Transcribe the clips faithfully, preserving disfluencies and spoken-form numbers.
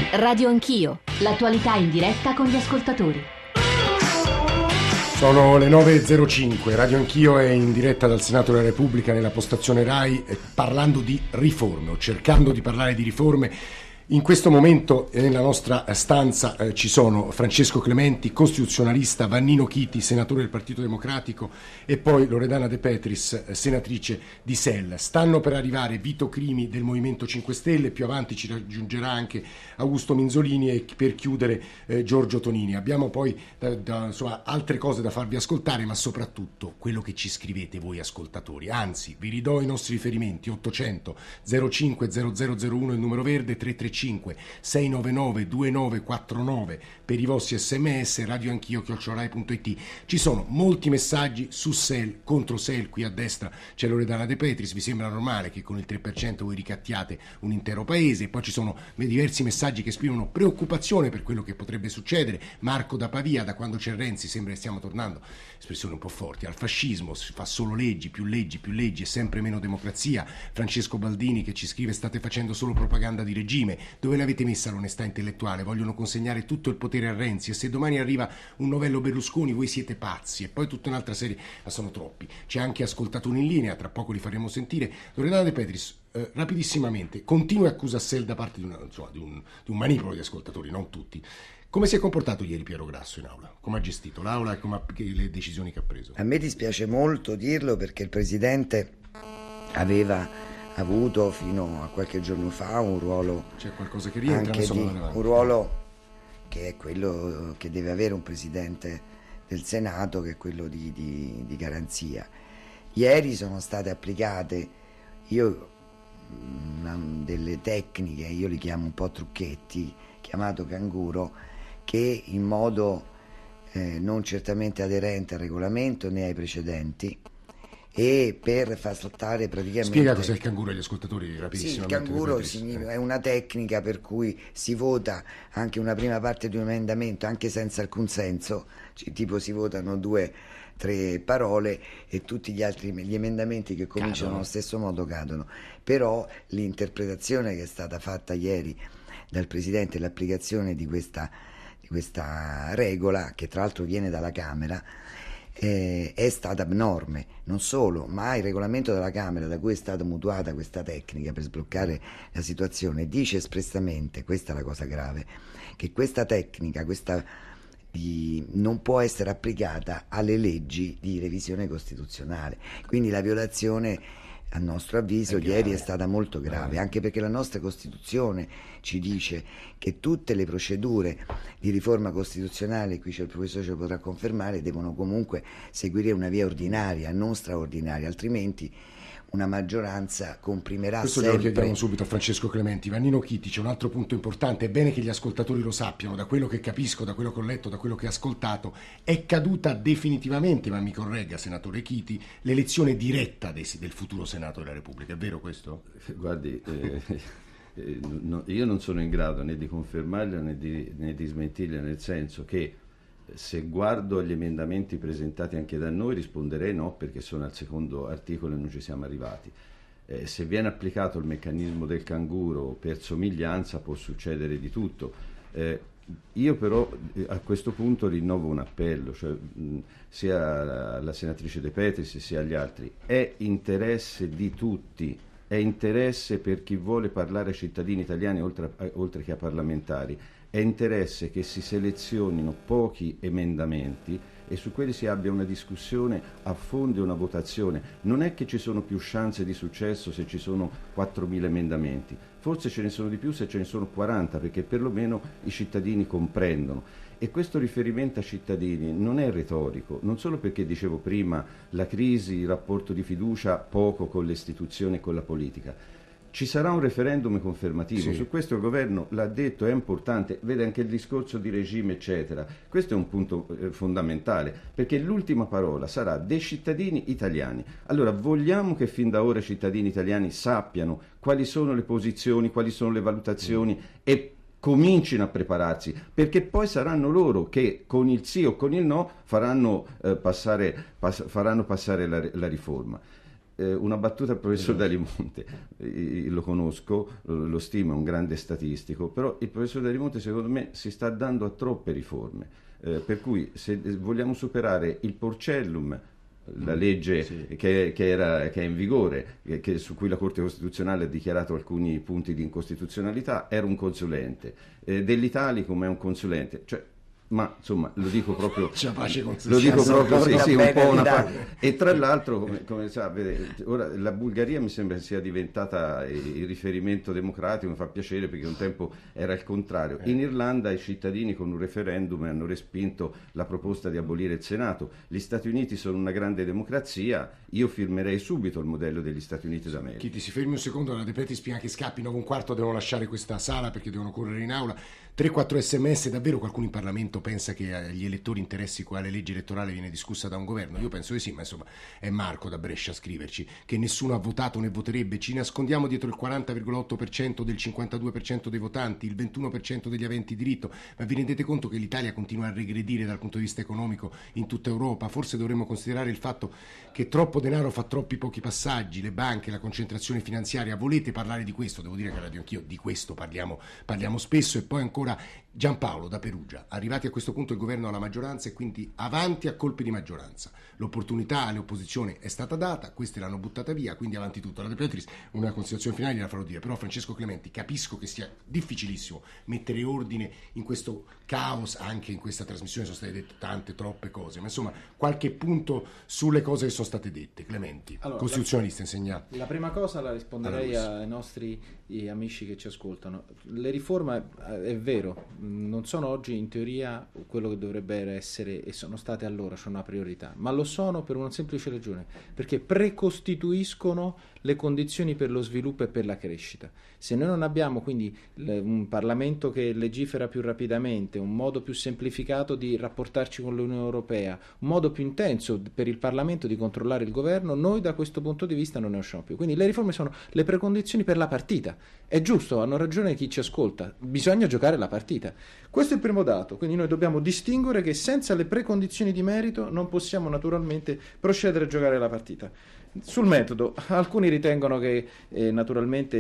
Radio Anch'io, l'attualità in diretta con gli ascoltatori. Sono le nove e zero cinque, Radio Anch'io è in diretta dal Senato della Repubblica nella postazione Rai, eh, parlando di riforme, o cercando di parlare di riforme. In questo momento nella nostra stanza eh, ci sono Francesco Clementi, costituzionalista, Vannino Chiti, senatore del Partito Democratico, e poi Loredana De Petris, eh, senatrice di S E L. Stanno per arrivare Vito Crimi del Movimento cinque Stelle, più avanti ci raggiungerà anche Augusto Minzolini e per chiudere eh, Giorgio Tonini. Abbiamo poi da, da, insomma, altre cose da farvi ascoltare, ma soprattutto quello che ci scrivete voi ascoltatori. Anzi, vi ridò i nostri riferimenti: ottocento zero cinque zero zero zero uno il numero verde, tre tre cinque sei nove nove due nove quattro nove per i vostri sms, radioanchio chiocciola rai punto it. Ci sono molti messaggi su S E L, contro S E L. Qui a destra c'è Loredana De Petris. Vi sembra normale che con il tre per cento voi ricattiate un intero paese? Poi ci sono diversi messaggi che esprimono preoccupazione per quello che potrebbe succedere. Marco da Pavia: da quando c'è Renzi sembra che stiamo tornando, espressioni un po' forti, al fascismo, si fa solo leggi, più leggi, più leggi e sempre meno democrazia. Francesco Baldini che ci scrive: state facendo solo propaganda di regime, dove ne avete messa l'onestà intellettuale? Vogliono consegnare tutto il potere a Renzi, e se domani arriva un novello Berlusconi voi siete pazzi. E poi tutta un'altra serie, ma sono troppi. C'è anche ascoltatori in linea, tra poco li faremo sentire. Loredana De Petris, eh, rapidissimamente, continua e accusa S E L da parte di, una, insomma, di, un, di un manipolo di ascoltatori, non tutti. Come si è comportato ieri Piero Grasso in aula? Come ha gestito l'aula e come ha, che, le decisioni che ha preso? A me dispiace molto dirlo, perché il Presidente aveva avuto fino a qualche giorno fa un ruolo, c'è qualcosa che rientra, anche di, un ruolo che è quello che deve avere un Presidente del Senato, che è quello di, di, di garanzia. Ieri sono state applicate io una, delle tecniche, io li chiamo un po' trucchetti, chiamato canguro, che in modo eh, non certamente aderente al regolamento né ai precedenti, e per far saltare praticamente... Spiega cos'è il canguro agli ascoltatori rapidissimamente. Sì, il canguro è una tecnica per cui si vota anche una prima parte di un emendamento anche senza alcun senso, cioè, tipo si votano due, tre parole e tutti gli altri gli emendamenti che cominciano allo stesso modo cadono. Però l'interpretazione che è stata fatta ieri dal Presidente, l'applicazione di questa, di questa regola, che tra l'altro viene dalla Camera, Eh, è stata abnorme. Non solo, ma il regolamento della Camera, da cui è stata mutuata questa tecnica per sbloccare la situazione, dice espressamente, questa è la cosa grave, che questa tecnica questa, di, non può essere applicata alle leggi di revisione costituzionale. Quindi la violazione, a nostro avviso, è ieri è stata molto grave, anche perché la nostra Costituzione ci dice che tutte le procedure di riforma costituzionale, qui c'è il professore, ce lo potrà confermare, devono comunque seguire una via ordinaria, non straordinaria, altrimenti una maggioranza comprimerà Questo sempre. Questo glielo chiediamo subito a Francesco Clementi. Vannino Chiti, c'è un altro punto importante, è bene che gli ascoltatori lo sappiano, da quello che capisco, da quello che ho letto, da quello che ho ascoltato, è caduta definitivamente, ma mi corregga senatore Chiti, l'elezione diretta dei, del futuro Senato della Repubblica, è vero questo? Guardi, eh, eh, no, io non sono in grado né di confermarlo né di, né di smentirlo, nel senso che se guardo agli emendamenti presentati anche da noi risponderei no, perché sono al secondo articolo e non ci siamo arrivati. Eh, se viene applicato il meccanismo del canguro per somiglianza può succedere di tutto. Eh, io però eh, a questo punto rinnovo un appello, cioè, mh, sia alla senatrice De Petris sia agli altri: è interesse di tutti, è interesse per chi vuole parlare ai cittadini italiani oltre, a, oltre che a parlamentari. È interesse che si selezionino pochi emendamenti e su quelli si abbia una discussione a fondo e una votazione. Non è che ci sono più chance di successo se ci sono quattromila emendamenti, forse ce ne sono di più se ce ne sono quaranta, perché perlomeno i cittadini comprendono. E questo riferimento ai cittadini non è retorico, non solo perché dicevo prima la crisi, il rapporto di fiducia poco con le istituzioni e con la politica. Ci sarà un referendum confermativo, sì. Su questo il governo l'ha detto, è importante, vede anche il discorso di regime eccetera, questo è un punto eh, fondamentale, perché l'ultima parola sarà dei cittadini italiani. Allora vogliamo che fin da ora i cittadini italiani sappiano quali sono le posizioni, quali sono le valutazioni mm. e comincino a prepararsi, perché poi saranno loro che con il sì o con il no faranno, eh, passare, pass- faranno passare la, la riforma. eh, una battuta al professor Dalimonte, eh, lo conosco, lo, lo stimo, è un grande statistico, però il professor Dalimonte secondo me si sta dando a troppe riforme, eh, per cui se vogliamo superare il Porcellum, la legge sì. che, che, era, che è in vigore, che, che, su cui la Corte Costituzionale ha dichiarato alcuni punti di incostituzionalità, era un consulente, eh, dell'Italicum è un consulente, cioè, ma insomma lo dico proprio lo dico proprio sì, sì, un po' una pa- e tra l'altro come, come sa, vedete, ora la Bulgaria mi sembra sia diventata il riferimento democratico, mi fa piacere perché un tempo era il contrario. In Irlanda i cittadini con un referendum hanno respinto la proposta di abolire il Senato. Gli Stati Uniti sono una grande democrazia, io firmerei subito il modello degli Stati Uniti d'America. Chi ti si fermi un secondo, la De Petris prima che scappi, nove e un quarto devono lasciare questa sala perché devono correre in aula. tre quattro sms, davvero qualcuno in Parlamento pensa che agli elettori interessi quale legge elettorale viene discussa da un governo? Io penso di sì, ma insomma è Marco da Brescia a scriverci che nessuno ha votato né voterebbe, ci nascondiamo dietro il quaranta virgola otto per cento del cinquantadue per cento dei votanti, il ventuno per cento degli aventi diritto, ma vi rendete conto che l'Italia continua a regredire dal punto di vista economico in tutta Europa? Forse dovremmo considerare il fatto che troppo denaro fa troppi pochi passaggi, le banche, la concentrazione finanziaria. Volete parlare di questo? Devo dire che a Radio Anch'io di questo parliamo, parliamo spesso. E poi ancora Giampaolo da Perugia, arrivati a questo punto il governo ha la maggioranza e quindi avanti a colpi di maggioranza, l'opportunità alle opposizioni è stata data, queste l'hanno buttata via, quindi avanti tutto. La De Petris, una considerazione finale gliela farò dire, però Francesco Clementi, capisco che sia difficilissimo mettere ordine in questo caos, anche in questa trasmissione sono state dette tante, troppe cose, ma insomma qualche punto sulle cose che sono state dette. Clementi, allora, costituzionalista, insegnato. La prima cosa la risponderei ai nostri amici che ci ascoltano. Le riforme, è vero, non sono oggi in teoria quello che dovrebbe essere e sono state allora, sono una priorità, ma lo sono per una semplice ragione, perché precostituiscono le condizioni per lo sviluppo e per la crescita. Se noi non abbiamo quindi un Parlamento che legifera più rapidamente, un modo più semplificato di rapportarci con l'Unione Europea, un modo più intenso per il Parlamento di controllare il governo, noi da questo punto di vista non ne usciamo più. Quindi le riforme sono le precondizioni per la partita. È giusto, hanno ragione chi ci ascolta, bisogna giocare la partita. Questo è il primo dato, quindi noi dobbiamo distinguere che senza le precondizioni di merito non possiamo naturalmente procedere a giocare la partita. Sul metodo, alcuni ritengono che eh, naturalmente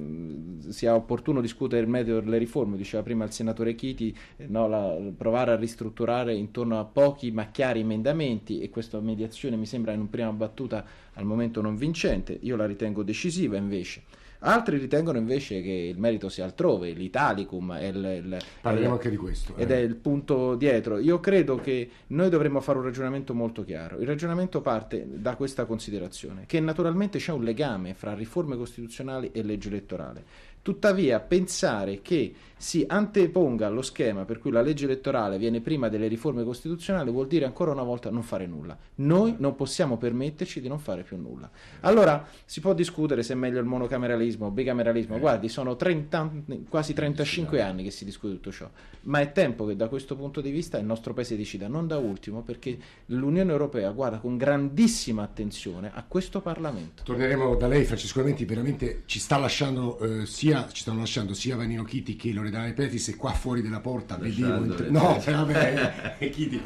mh, sia opportuno discutere il metodo delle riforme, diceva prima il senatore Chiti, eh, no, la, provare a ristrutturare intorno a pochi ma chiari emendamenti, e questa mediazione mi sembra in una prima battuta al momento non vincente, io la ritengo decisiva invece. Altri ritengono invece che il merito sia altrove, l'Italicum è il, il, parliamo il, anche di questo eh. ed è il punto dietro. Io credo che noi dovremmo fare un ragionamento molto chiaro. Il ragionamento parte da questa considerazione, che naturalmente c'è un legame fra riforme costituzionali e legge elettorale. Tuttavia pensare che si anteponga lo schema per cui la legge elettorale viene prima delle riforme costituzionali vuol dire ancora una volta non fare nulla. Noi non possiamo permetterci di non fare più nulla. Allora si può discutere se è meglio il monocameralismo o bicameralismo, eh. Guardi, sono trenta, quasi trentacinque anni che si discute tutto ciò, ma è tempo che da questo punto di vista il nostro paese decida, non da ultimo perché l'Unione Europea guarda con grandissima attenzione a questo Parlamento. Torneremo da lei, Francesco Clementi, veramente ci sta lasciando eh, sia ci stanno lasciando sia Vanino Chiti che Loredana De Petris, e qua fuori della porta vedevo intre... no, eh, vabbè, eh, Chiti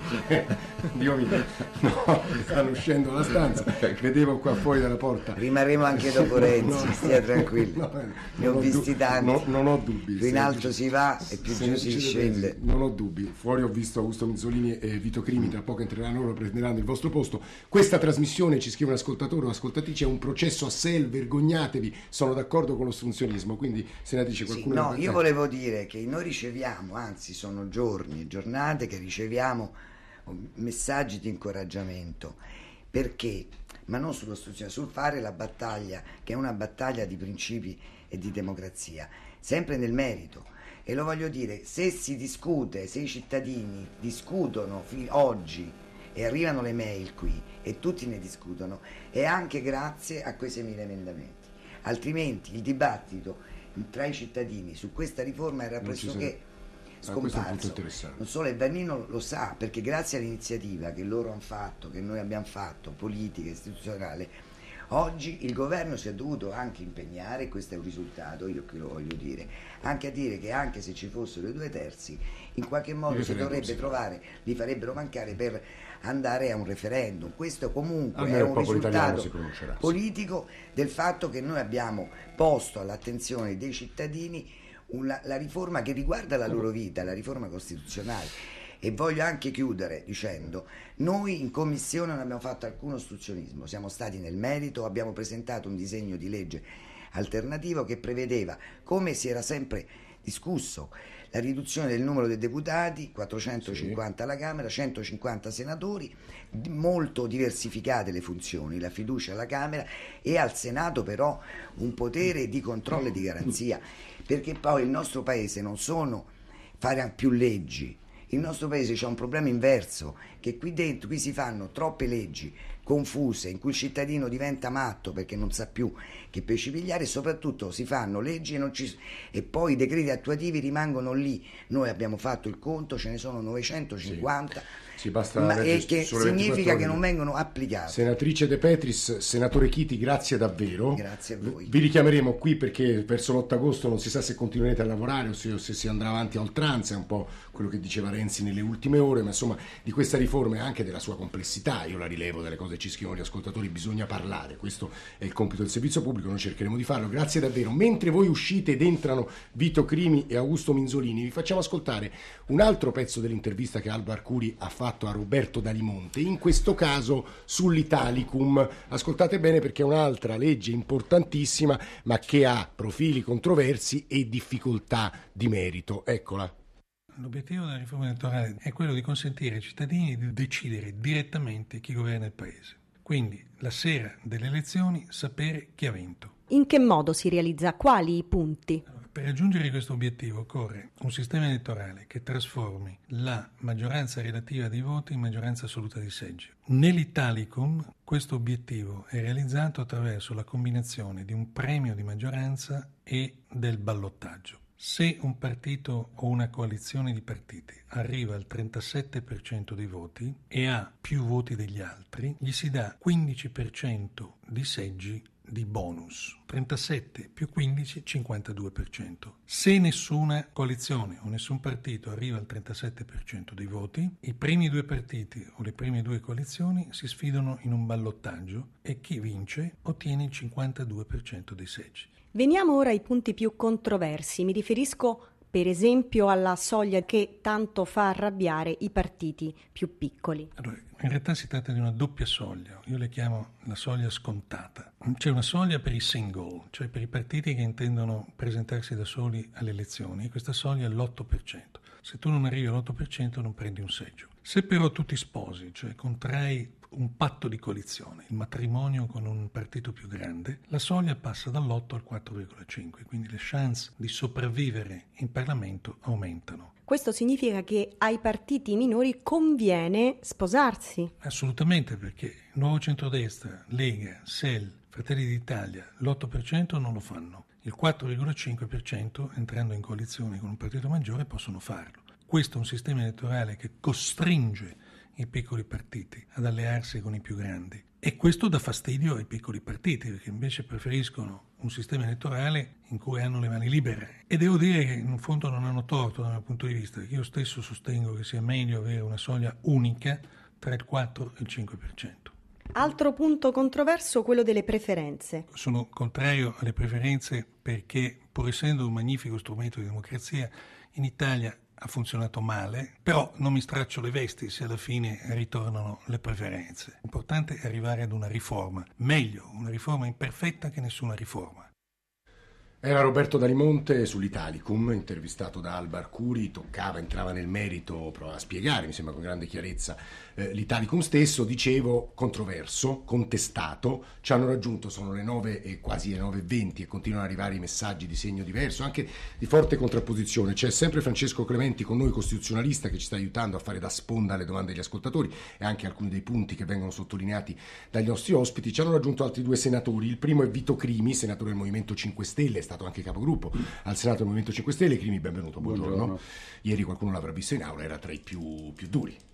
Dio mio, no, stanno uscendo dalla stanza, vedevo qua fuori dalla porta. Rimarremo anche dopo Renzi, no, stia tranquillo, no, ne ho visti du- tanti, no, non ho dubbi, più in alto si va e più giù si scende, non ho dubbi. Fuori ho visto Augusto Mizzolini e Vito Crimi, tra poco entreranno loro, prenderanno il vostro posto. Questa trasmissione, ci scrive un ascoltatore o ascoltatrice, è un processo a sé, vergognatevi. Sono d'accordo con l'ostruzionismo, quindi senatrice, qualcuno... Sì, no, io volevo dire che noi riceviamo, anzi sono giorni e giornate che riceviamo messaggi di incoraggiamento, perché, ma non sull'ostruzione, sul fare la battaglia, che è una battaglia di principi e di democrazia, sempre nel merito. E lo voglio dire, se si discute, se i cittadini discutono oggi e arrivano le mail qui e tutti ne discutono, è anche grazie a quei seimila emendamenti. Altrimenti il dibattito tra i cittadini su questa riforma era pressoché scomparso. Non solo, e Bernino lo sa, perché grazie all'iniziativa che loro hanno fatto, che noi abbiamo fatto, politica, istituzionale, Oggi il governo si è dovuto anche impegnare, questo è un risultato, io qui lo voglio dire, anche a dire che anche se ci fossero i due terzi, in qualche modo si dovrebbe trovare, li farebbero mancare per andare a un referendum. Questo comunque Almeno è un risultato politico del fatto che noi abbiamo posto all'attenzione dei cittadini una, la riforma che riguarda la loro vita, la riforma costituzionale. E voglio anche chiudere dicendo, noi in commissione non abbiamo fatto alcun ostruzionismo, siamo stati nel merito, abbiamo presentato un disegno di legge alternativo che prevedeva, come si era sempre discusso, la riduzione del numero dei deputati, quattrocentocinquanta alla Camera, centocinquanta senatori, molto diversificate le funzioni, la fiducia alla Camera e al Senato però un potere di controllo e di garanzia, perché poi il nostro Paese non sono fare più leggi. Il nostro Paese c'è un problema inverso, che qui dentro qui si fanno troppe leggi confuse, in cui il cittadino diventa matto perché non sa più che pesci pigliare, e soprattutto si fanno leggi e, non ci, e poi i decreti attuativi rimangono lì. Noi abbiamo fatto il conto, ce ne sono novecentocinquanta. Sì. Sì, basta ma e che significa che non vengono applicati. Senatrice De Petris, senatore Chiti, grazie davvero. Grazie a voi. Vi richiameremo qui perché verso l'otto agosto non si sa se continuerete a lavorare o se, o se si andrà avanti a oltranza, è un po' quello che diceva Renzi nelle ultime ore, ma insomma di questa riforma e anche della sua complessità, io la rilevo delle cose che ci scrivono gli ascoltatori, bisogna parlare, questo è il compito del servizio pubblico, noi cercheremo di farlo, grazie davvero. Mentre voi uscite ed entrano Vito Crimi e Augusto Minzolini, vi facciamo ascoltare un altro pezzo dell'intervista che Alba Arcuri ha fatto a Roberto Dalimonte, in questo caso sull'Italicum. Ascoltate bene perché è un'altra legge importantissima ma che ha profili controversi e difficoltà di merito. Eccola. L'obiettivo della riforma elettorale è quello di consentire ai cittadini di decidere direttamente chi governa il paese. Quindi la sera delle elezioni sapere chi ha vinto. In che modo si realizza? Quali i punti? Allora, per raggiungere questo obiettivo occorre un sistema elettorale che trasformi la maggioranza relativa dei voti in maggioranza assoluta di seggi. Nell'Italicum questo obiettivo è realizzato attraverso la combinazione di un premio di maggioranza e del ballottaggio. Se un partito o una coalizione di partiti arriva al trentasette per cento dei voti e ha più voti degli altri, gli si dà quindici per cento di seggi di bonus. trentasette più quindici, cinquantadue per cento. Se nessuna coalizione o nessun partito arriva al trentasette per cento dei voti, i primi due partiti o le prime due coalizioni si sfidano in un ballottaggio e chi vince ottiene il cinquantadue per cento dei seggi. Veniamo ora ai punti più controversi. Mi riferisco per esempio alla soglia che tanto fa arrabbiare i partiti più piccoli. Allora, in realtà si tratta di una doppia soglia, io le chiamo la soglia scontata. C'è una soglia per i single, cioè per i partiti che intendono presentarsi da soli alle elezioni, e questa soglia è l'otto per cento. Se tu non arrivi all'otto per cento non prendi un seggio. Se però tu ti sposi, cioè contrai un patto di coalizione, il matrimonio con un partito più grande, la soglia passa dall'otto al quattro virgola cinque, quindi le chance di sopravvivere in Parlamento aumentano. Questo significa che ai partiti minori conviene sposarsi? Assolutamente, perché Nuovo Centrodestra, Lega, S E L, Fratelli d'Italia, l'otto per cento non lo fanno. Il quattro virgola cinque per cento, entrando in coalizione con un partito maggiore, possono farlo. Questo è un sistema elettorale che costringe i piccoli partiti ad allearsi con i più grandi, e questo dà fastidio ai piccoli partiti perché invece preferiscono un sistema elettorale in cui hanno le mani libere, e devo dire che in fondo non hanno torto dal mio punto di vista, perché io stesso sostengo che sia meglio avere una soglia unica tra il quattro e il cinque per cento. Altro punto controverso, quello delle preferenze. Sono contrario alle preferenze perché, pur essendo un magnifico strumento di democrazia, in Italia ha funzionato male, però non mi straccio le vesti se alla fine ritornano le preferenze. L'importante è arrivare ad una riforma, meglio una riforma imperfetta che nessuna riforma. Era Roberto Dalimonte sull'Italicum, intervistato da Alba Arcuri, toccava, entrava nel merito, provava a spiegare, mi sembra con grande chiarezza, eh, l'Italicum stesso, dicevo, controverso, contestato, ci hanno raggiunto, sono le nove e quasi le nove e venti e continuano ad arrivare i messaggi di segno diverso, anche di forte contrapposizione. C'è sempre Francesco Clementi con noi, costituzionalista, che ci sta aiutando a fare da sponda alle domande degli ascoltatori e anche alcuni dei punti che vengono sottolineati dagli nostri ospiti. Ci hanno raggiunto altri due senatori, il primo è Vito Crimi, senatore del Movimento cinque Stelle, è stato anche capogruppo al Senato del Movimento cinque Stelle. Crimi, benvenuto, buongiorno. buongiorno. Ieri qualcuno l'avrà visto in aula, era tra i più, più duri.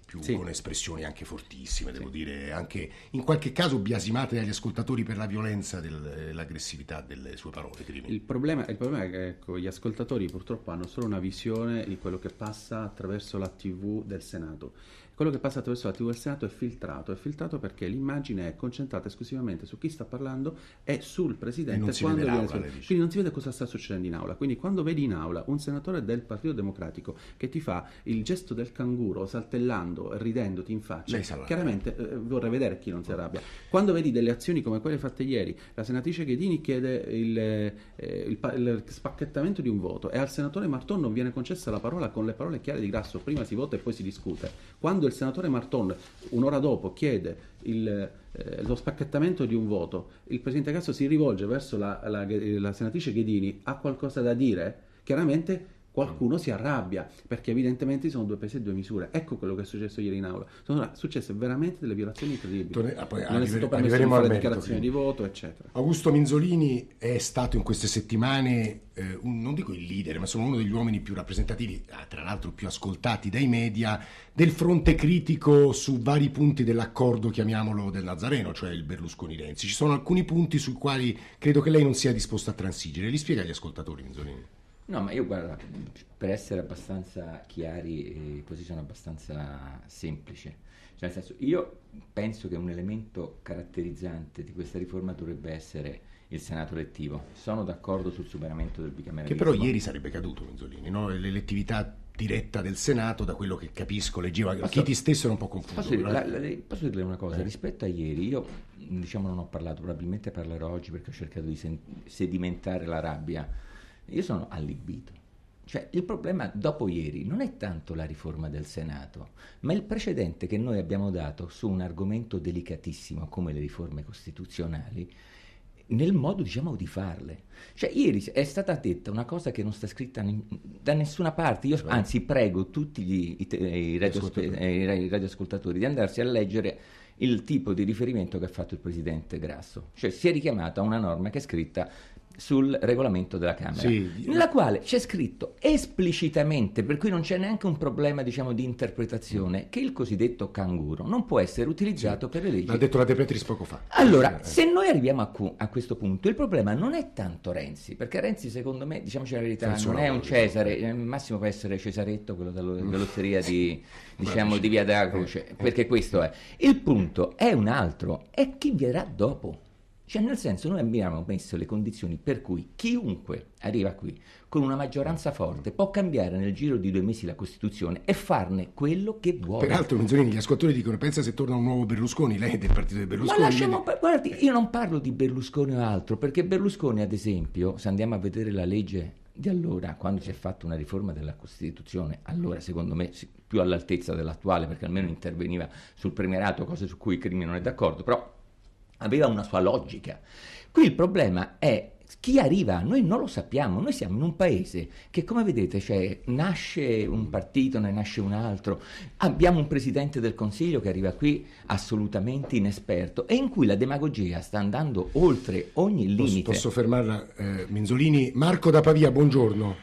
più sì. con espressioni anche fortissime, devo sì. dire, anche in qualche caso biasimate dagli ascoltatori per la violenza e l'aggressività delle sue parole. Il problema, il problema è che ecco, gli ascoltatori purtroppo hanno solo una visione di quello che passa attraverso la tivù del Senato. Quello che passa attraverso la tivù del Senato è filtrato, è filtrato perché l'immagine è concentrata esclusivamente su chi sta parlando e sul Presidente e quando viene aula, quindi non si vede cosa sta succedendo in aula. Quindi quando vedi in aula un senatore del Partito Democratico che ti fa il gesto del canguro saltellando e ridendoti in faccia, chiaramente eh, vorrei vedere chi non si arrabbia. Quando vedi delle azioni come quelle fatte ieri, la senatrice Ghedini chiede il, eh, il, il spacchettamento di un voto e al senatore Marton non viene concessa la parola con le parole chiare di Grasso: prima si vota e poi si discute. Quando il senatore Marton un'ora dopo chiede il, eh, lo spacchettamento di un voto, il presidente Grasso si rivolge verso la, la, la senatrice Ghedini, ha qualcosa da dire, chiaramente qualcuno si arrabbia perché evidentemente sono due pesi e due misure. Ecco quello che è successo ieri in aula. Sono successe veramente delle violazioni incredibili. Torne, ah, poi, non è stato permesso di fare dichiarazioni di voto, eccetera. Augusto Minzolini è stato in queste settimane eh, un, non dico il leader, ma sono uno degli uomini più rappresentativi, tra l'altro più ascoltati dai media, del fronte critico su vari punti dell'accordo, chiamiamolo, del Nazareno, cioè il Berlusconi-Renzi. Ci sono alcuni punti sui quali credo che lei non sia disposto a transigere. Li spiega agli ascoltatori, Minzolini? No, ma io guarda, per essere abbastanza chiari, eh, così sono abbastanza semplice. Cioè, nel senso, io penso che un elemento caratterizzante di questa riforma dovrebbe essere il Senato elettivo. Sono d'accordo sul superamento del bicameralismo. Che però ieri sarebbe caduto, Minzolini, no? L'elettività diretta del Senato, da quello che capisco, leggevo, Chiti stesso era un po' confuso. Posso, dire, la, la, posso dirle una cosa? Eh. Rispetto a ieri, io diciamo non ho parlato, probabilmente parlerò oggi perché ho cercato di sen- sedimentare la rabbia. Io sono allibito. Cioè, il problema dopo ieri non è tanto la riforma del Senato, ma il precedente che noi abbiamo dato su un argomento delicatissimo come le riforme costituzionali, nel modo, diciamo, di farle. Cioè, ieri è stata detta una cosa che non sta scritta da nessuna parte. Io anzi prego tutti gli, i, i, radiospe, i radioascoltatori di andarsi a leggere il tipo di riferimento che ha fatto il presidente Grasso. Cioè, si è richiamata a una norma che è scritta sul regolamento della Camera, sì, nella quale c'è scritto esplicitamente, per cui non c'è neanche un problema, diciamo, di interpretazione, mm. che il cosiddetto canguro non può essere utilizzato sì. per le leggi. L'ha detto la De Petris poco fa. Allora, eh. se noi arriviamo a, cu- a questo punto, il problema non è tanto Renzi, perché Renzi, secondo me, diciamoci la verità, Senza non è un Cesare, al massimo può essere Cesaretto, quello dell'osteria di, diciamo, di Via della Croce, eh. perché questo è. Il punto è un altro, è chi verrà dopo. Cioè, nel senso, noi abbiamo messo le condizioni per cui chiunque arriva qui con una maggioranza forte può cambiare nel giro di due mesi la Costituzione e farne quello che vuole. Peraltro, Minzolini, gli ascoltatori dicono: pensa se torna un nuovo Berlusconi, lei è del partito di Berlusconi. Ma lasciamo, quindi... guardi, io non parlo di Berlusconi o altro, perché Berlusconi, ad esempio, se andiamo a vedere la legge di allora, quando si è fatta una riforma della Costituzione, allora secondo me più all'altezza dell'attuale, perché almeno interveniva sul premierato, cose su cui il Crimi non è d'accordo, però aveva una sua logica. Qui il problema è chi arriva, noi non lo sappiamo, noi siamo in un paese che, come vedete, cioè, nasce un partito, ne nasce un altro, abbiamo un presidente del Consiglio che arriva qui assolutamente inesperto e in cui la demagogia sta andando oltre ogni limite. Posso, posso fermarla, eh, Minzolini? Marco da Pavia, buongiorno.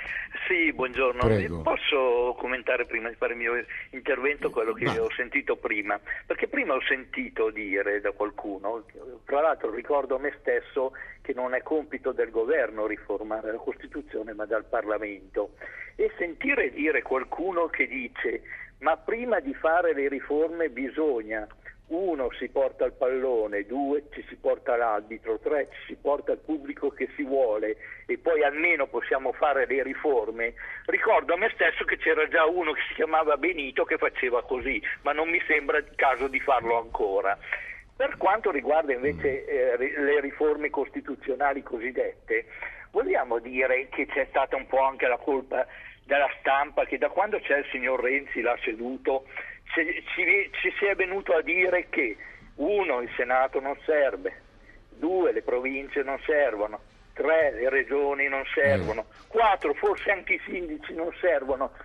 Sì, buongiorno. Prego. Posso commentare prima di fare il mio intervento quello che Va. ho sentito prima? Perché prima ho sentito dire da qualcuno, tra l'altro ricordo a me stesso che non è compito del governo riformare la Costituzione ma dal Parlamento, e sentire dire qualcuno che dice ma prima di fare le riforme bisogna: uno, si porta il pallone, due, ci si porta l'arbitro, tre, ci si porta il pubblico che si vuole e poi almeno possiamo fare le riforme. Ricordo a me stesso che c'era già uno che si chiamava Benito che faceva così, ma non mi sembra il caso di farlo ancora. Per quanto riguarda invece eh, le riforme costituzionali cosiddette, vogliamo dire che c'è stata un po' anche la colpa della stampa, che da quando c'è il signor Renzi là seduto ci, ci, ci si è venuto a dire che uno, il Senato non serve, due, le province non servono, tre, le regioni non servono, quattro, forse anche i sindaci non servono.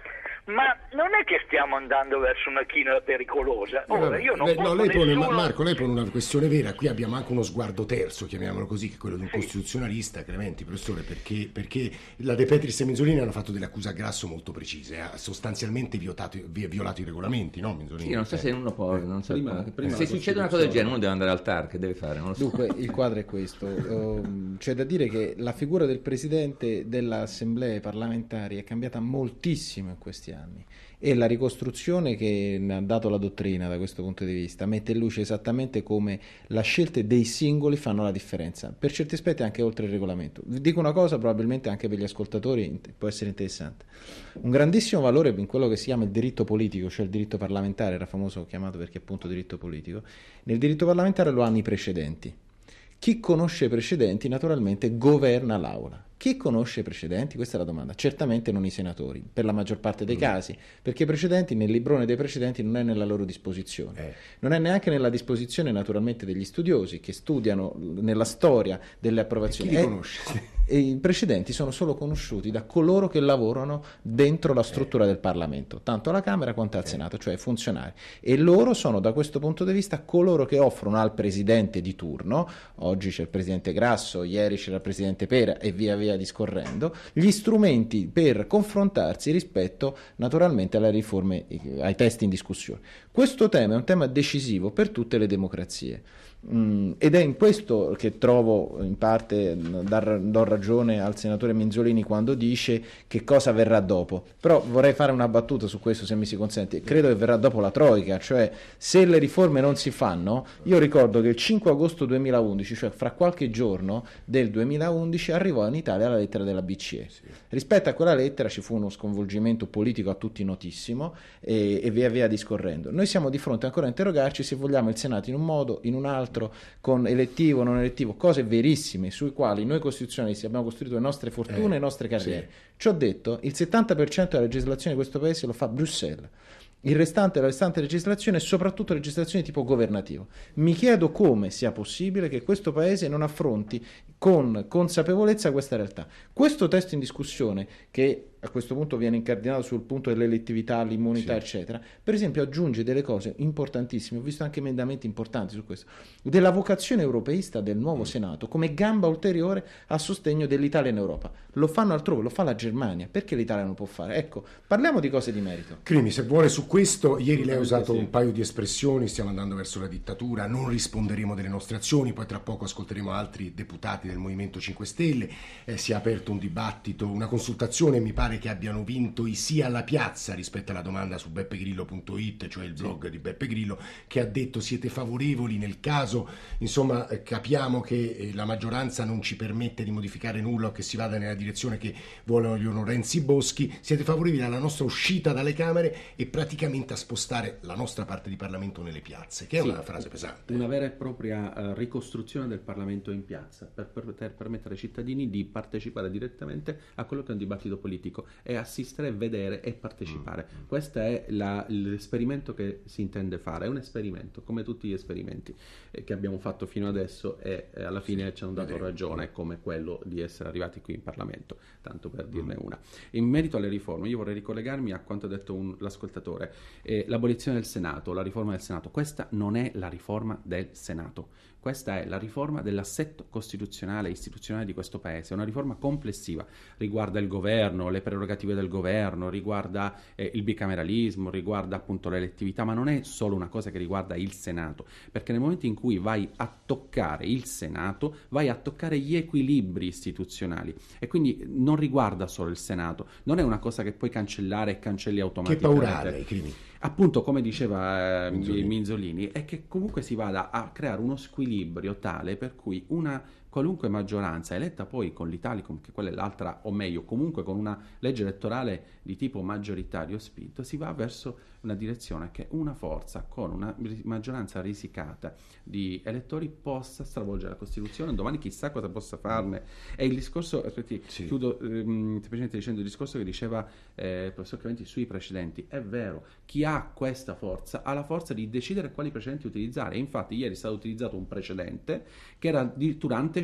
Ma non è che stiamo andando verso una china pericolosa. Ora, io non lei, posso no, lei pone, nessuno... Marco, lei pone una questione vera. Qui abbiamo anche uno sguardo terzo, chiamiamolo così, che è quello di un sì. costituzionalista, Clementi, professore, perché, perché la De Petris e Minzolini hanno fatto delle accuse a grasso molto precise, ha sostanzialmente violato, violato i regolamenti, no Minzolini? Sì, non so se uno può... Non so, prima, prima se succede una cosa del genere uno deve andare al T A R, che deve fare? Non lo so. Dunque, il quadro è questo. Um, c'è da dire che la figura del presidente delle assemblee parlamentari è cambiata moltissimo in questi anni e la ricostruzione che ne ha dato la dottrina da questo punto di vista mette in luce esattamente come le scelte dei singoli fanno la differenza, per certi aspetti anche oltre il regolamento. Vi dico una cosa, probabilmente anche per gli ascoltatori può essere interessante. Un grandissimo valore in quello che si chiama il diritto politico, cioè il diritto parlamentare, era famoso chiamato perché appunto diritto politico. Nel diritto parlamentare lo hanno i precedenti. Chi conosce i precedenti naturalmente governa l'Aula. Chi conosce i precedenti? Questa è la domanda. Certamente non i senatori, per la maggior parte dei casi, perché i precedenti nel librone dei precedenti non è nella loro disposizione. Eh. Non è neanche nella disposizione naturalmente degli studiosi che studiano nella storia delle approvazioni. Chi li conosce? E i precedenti sono solo conosciuti da coloro che lavorano dentro la struttura eh. del Parlamento, tanto alla Camera quanto al eh. Senato, cioè funzionari. E loro sono da questo punto di vista coloro che offrono al presidente di turno, oggi c'è il presidente Grasso, ieri c'era il presidente Pera e via via discorrendo, gli strumenti per confrontarsi rispetto naturalmente alle riforme, ai testi in discussione. Questo tema è un tema decisivo per tutte le democrazie. Mm, ed è in questo che trovo in parte dar, do ragione al senatore Minzolini quando dice che cosa verrà dopo, però vorrei fare una battuta su questo, se mi si consente. Credo che verrà dopo la troica, cioè se le riforme non si fanno, io ricordo che il cinque agosto duemilaundici, cioè fra qualche giorno del duemilaundici, arrivò in Italia la lettera della B C E. Sì. Rispetto a quella lettera ci fu uno sconvolgimento politico a tutti notissimo e, e via via discorrendo. Noi siamo di fronte ancora a interrogarci se vogliamo il Senato in un modo, in un altro, con elettivo, non elettivo, cose verissime sui quali noi costituzionalisti abbiamo costruito le nostre fortune e eh, le nostre carriere. Sì. Ciò detto, il settanta per cento della legislazione di questo paese lo fa Bruxelles. Il restante, la restante legislazione è soprattutto legislazione di tipo governativo. Mi chiedo come sia possibile che questo paese non affronti con consapevolezza questa realtà. Questo testo in discussione, che a questo punto viene incardinato sul punto dell'elettività, l'immunità, sì. eccetera, per esempio aggiunge delle cose importantissime, ho visto anche emendamenti importanti su questo, della vocazione europeista del nuovo mm. Senato come gamba ulteriore a sostegno dell'Italia in Europa. Lo fanno altrove, lo fa la Germania, perché l'Italia non può fare? Ecco, parliamo di cose di merito. Crimi, se vuole su questo, ieri lei ha usato sì. un paio di espressioni, stiamo andando verso la dittatura, non risponderemo delle nostre azioni, poi tra poco ascolteremo altri deputati del Movimento cinque Stelle, eh, si è aperto un dibattito, una consultazione, mi pare che abbiano vinto i sì alla piazza rispetto alla domanda su beppe grillo punto it, cioè il blog sì. di Beppe Grillo, che ha detto siete favorevoli nel caso, insomma eh, capiamo che eh, la maggioranza non ci permette di modificare nulla o che si vada nella direzione che vogliono Renzi Boschi, siete favorevoli alla nostra uscita dalle Camere e praticamente a spostare la nostra parte di Parlamento nelle piazze, che è sì, una frase pesante. Una vera e propria uh, ricostruzione del Parlamento in piazza per, per poter permettere ai cittadini di partecipare direttamente a quello che è un dibattito politico e assistere, vedere e partecipare. Mm. Questo è la, l'esperimento che si intende fare, è un esperimento come tutti gli esperimenti eh, che abbiamo fatto fino adesso e eh, alla fine sì, ci hanno dato vedremo. ragione, come quello di essere arrivati qui in Parlamento, tanto per dirne mm. una. In merito alle riforme, io vorrei ricollegarmi a quanto ha detto un, l'ascoltatore, eh, l'abolizione del Senato, la riforma del Senato. Questa non è la riforma del Senato. Questa è la riforma dell'assetto costituzionale e istituzionale di questo Paese, è una riforma complessiva, riguarda il governo, le prerogative del governo, riguarda eh, il bicameralismo, riguarda appunto l'elettività, ma non è solo una cosa che riguarda il Senato, perché nel momento in cui vai a toccare il Senato, vai a toccare gli equilibri istituzionali e quindi non riguarda solo il Senato, non è una cosa che puoi cancellare e cancelli automaticamente. Che paura hai, Crimi? Appunto, come diceva eh, Minzolini. Minzolini, è che comunque si vada a creare uno squilibrio tale per cui una qualunque maggioranza eletta poi con l'Italicum, che quella è l'altra, o meglio, comunque con una legge elettorale di tipo maggioritario spinto, si va verso una direzione che una forza con una maggioranza risicata di elettori possa stravolgere la Costituzione, domani chissà cosa possa farne. E il discorso, aspetti, sì. chiudo ehm, semplicemente dicendo il discorso che diceva eh, il professor Clementi sui precedenti, è vero, chi ha questa forza ha la forza di decidere quali precedenti utilizzare, e infatti ieri è stato utilizzato un precedente che era addirittura anteceduto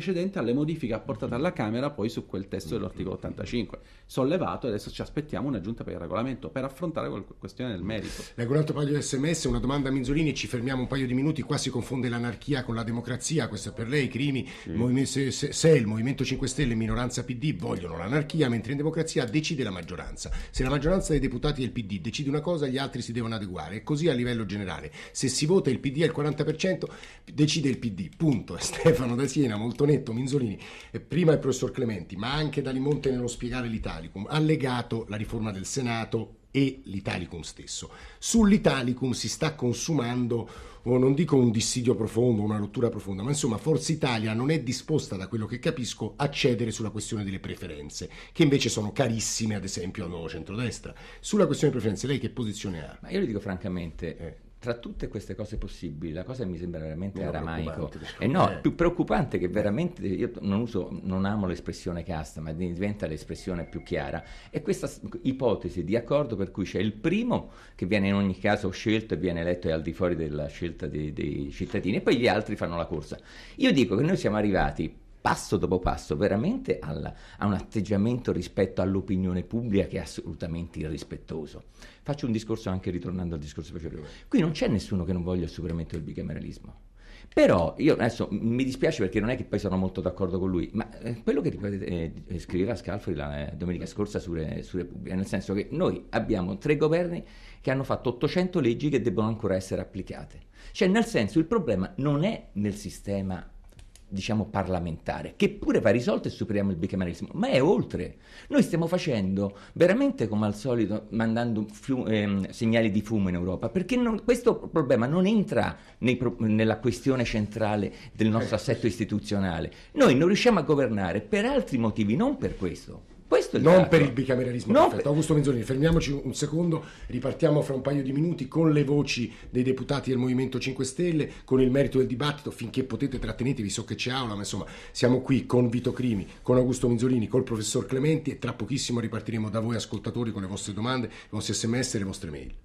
antecedente alle modifiche apportate alla Camera poi su quel testo dell'articolo ottantacinque, sollevato, e adesso ci aspettiamo una giunta per il regolamento per affrontare quella questione nel merito. Leggo un altro paio di sms, una domanda a Minzolini e ci fermiamo un paio di minuti. Qua si confonde l'anarchia con la democrazia, questo è per lei, Crimi. Sì. Se, se, se il Movimento cinque Stelle e minoranza P D vogliono l'anarchia, mentre in democrazia decide la maggioranza. Se la maggioranza dei deputati del P D decide una cosa, gli altri si devono adeguare, e così a livello generale. Se si vota il P D al quaranta per cento, decide il P D, punto. Stefano da Siena, molto netto. Minzolini, e prima il professor Clementi, ma anche Dalimonte nello spiegare l'Italicum, ha legato la riforma del Senato e l'Italicum stesso. Sull'Italicum si sta consumando, o non dico un dissidio profondo, una rottura profonda, ma insomma Forza Italia non è disposta, da quello che capisco, a cedere sulla questione delle preferenze, che invece sono carissime ad esempio al nuovo centrodestra. Sulla questione delle preferenze lei che posizione ha? Ma io le dico francamente, eh. tra tutte queste cose possibili, la cosa che mi sembra veramente non aramaico, e eh no, è più preoccupante, che veramente, io non uso, non amo l'espressione casta, ma diventa l'espressione più chiara, è questa ipotesi di accordo per cui c'è il primo che viene in ogni caso scelto e viene eletto e al di fuori della scelta dei, dei cittadini, e poi gli altri fanno la corsa. Io dico che noi siamo arrivati passo dopo passo veramente alla, a un atteggiamento rispetto all'opinione pubblica che è assolutamente irrispettoso. Faccio un discorso anche ritornando al discorso precedente. Qui non c'è nessuno che non voglia il superamento del bicameralismo. Però io adesso mi dispiace perché non è che poi sono molto d'accordo con lui, ma eh, quello che eh, scriveva Scalfari la eh, domenica scorsa su, su Repubblica, nel senso che noi abbiamo tre governi che hanno fatto ottocento leggi che debbono ancora essere applicate. Cioè, nel senso, il problema non è nel sistema, diciamo, parlamentare, che pure va risolto e superiamo il bicameralismo, ma è oltre. Noi stiamo facendo veramente, come al solito, mandando fiu- ehm, segnali di fumo in Europa, perché non, questo problema non entra nei pro- nella questione centrale del nostro assetto istituzionale. Noi non riusciamo a governare per altri motivi, non per questo. Questo è il non dato. Per il bicameralismo non perfetto. Per... Augusto Minzolini, fermiamoci un secondo, ripartiamo fra un paio di minuti con le voci dei deputati del Movimento cinque Stelle, con il merito del dibattito. Finché potete trattenetevi, so che c'è aula, ma insomma siamo qui con Vito Crimi, con Augusto Minzolini, col professor Clementi, e tra pochissimo ripartiremo da voi ascoltatori con le vostre domande, i vostri sms e le vostre mail.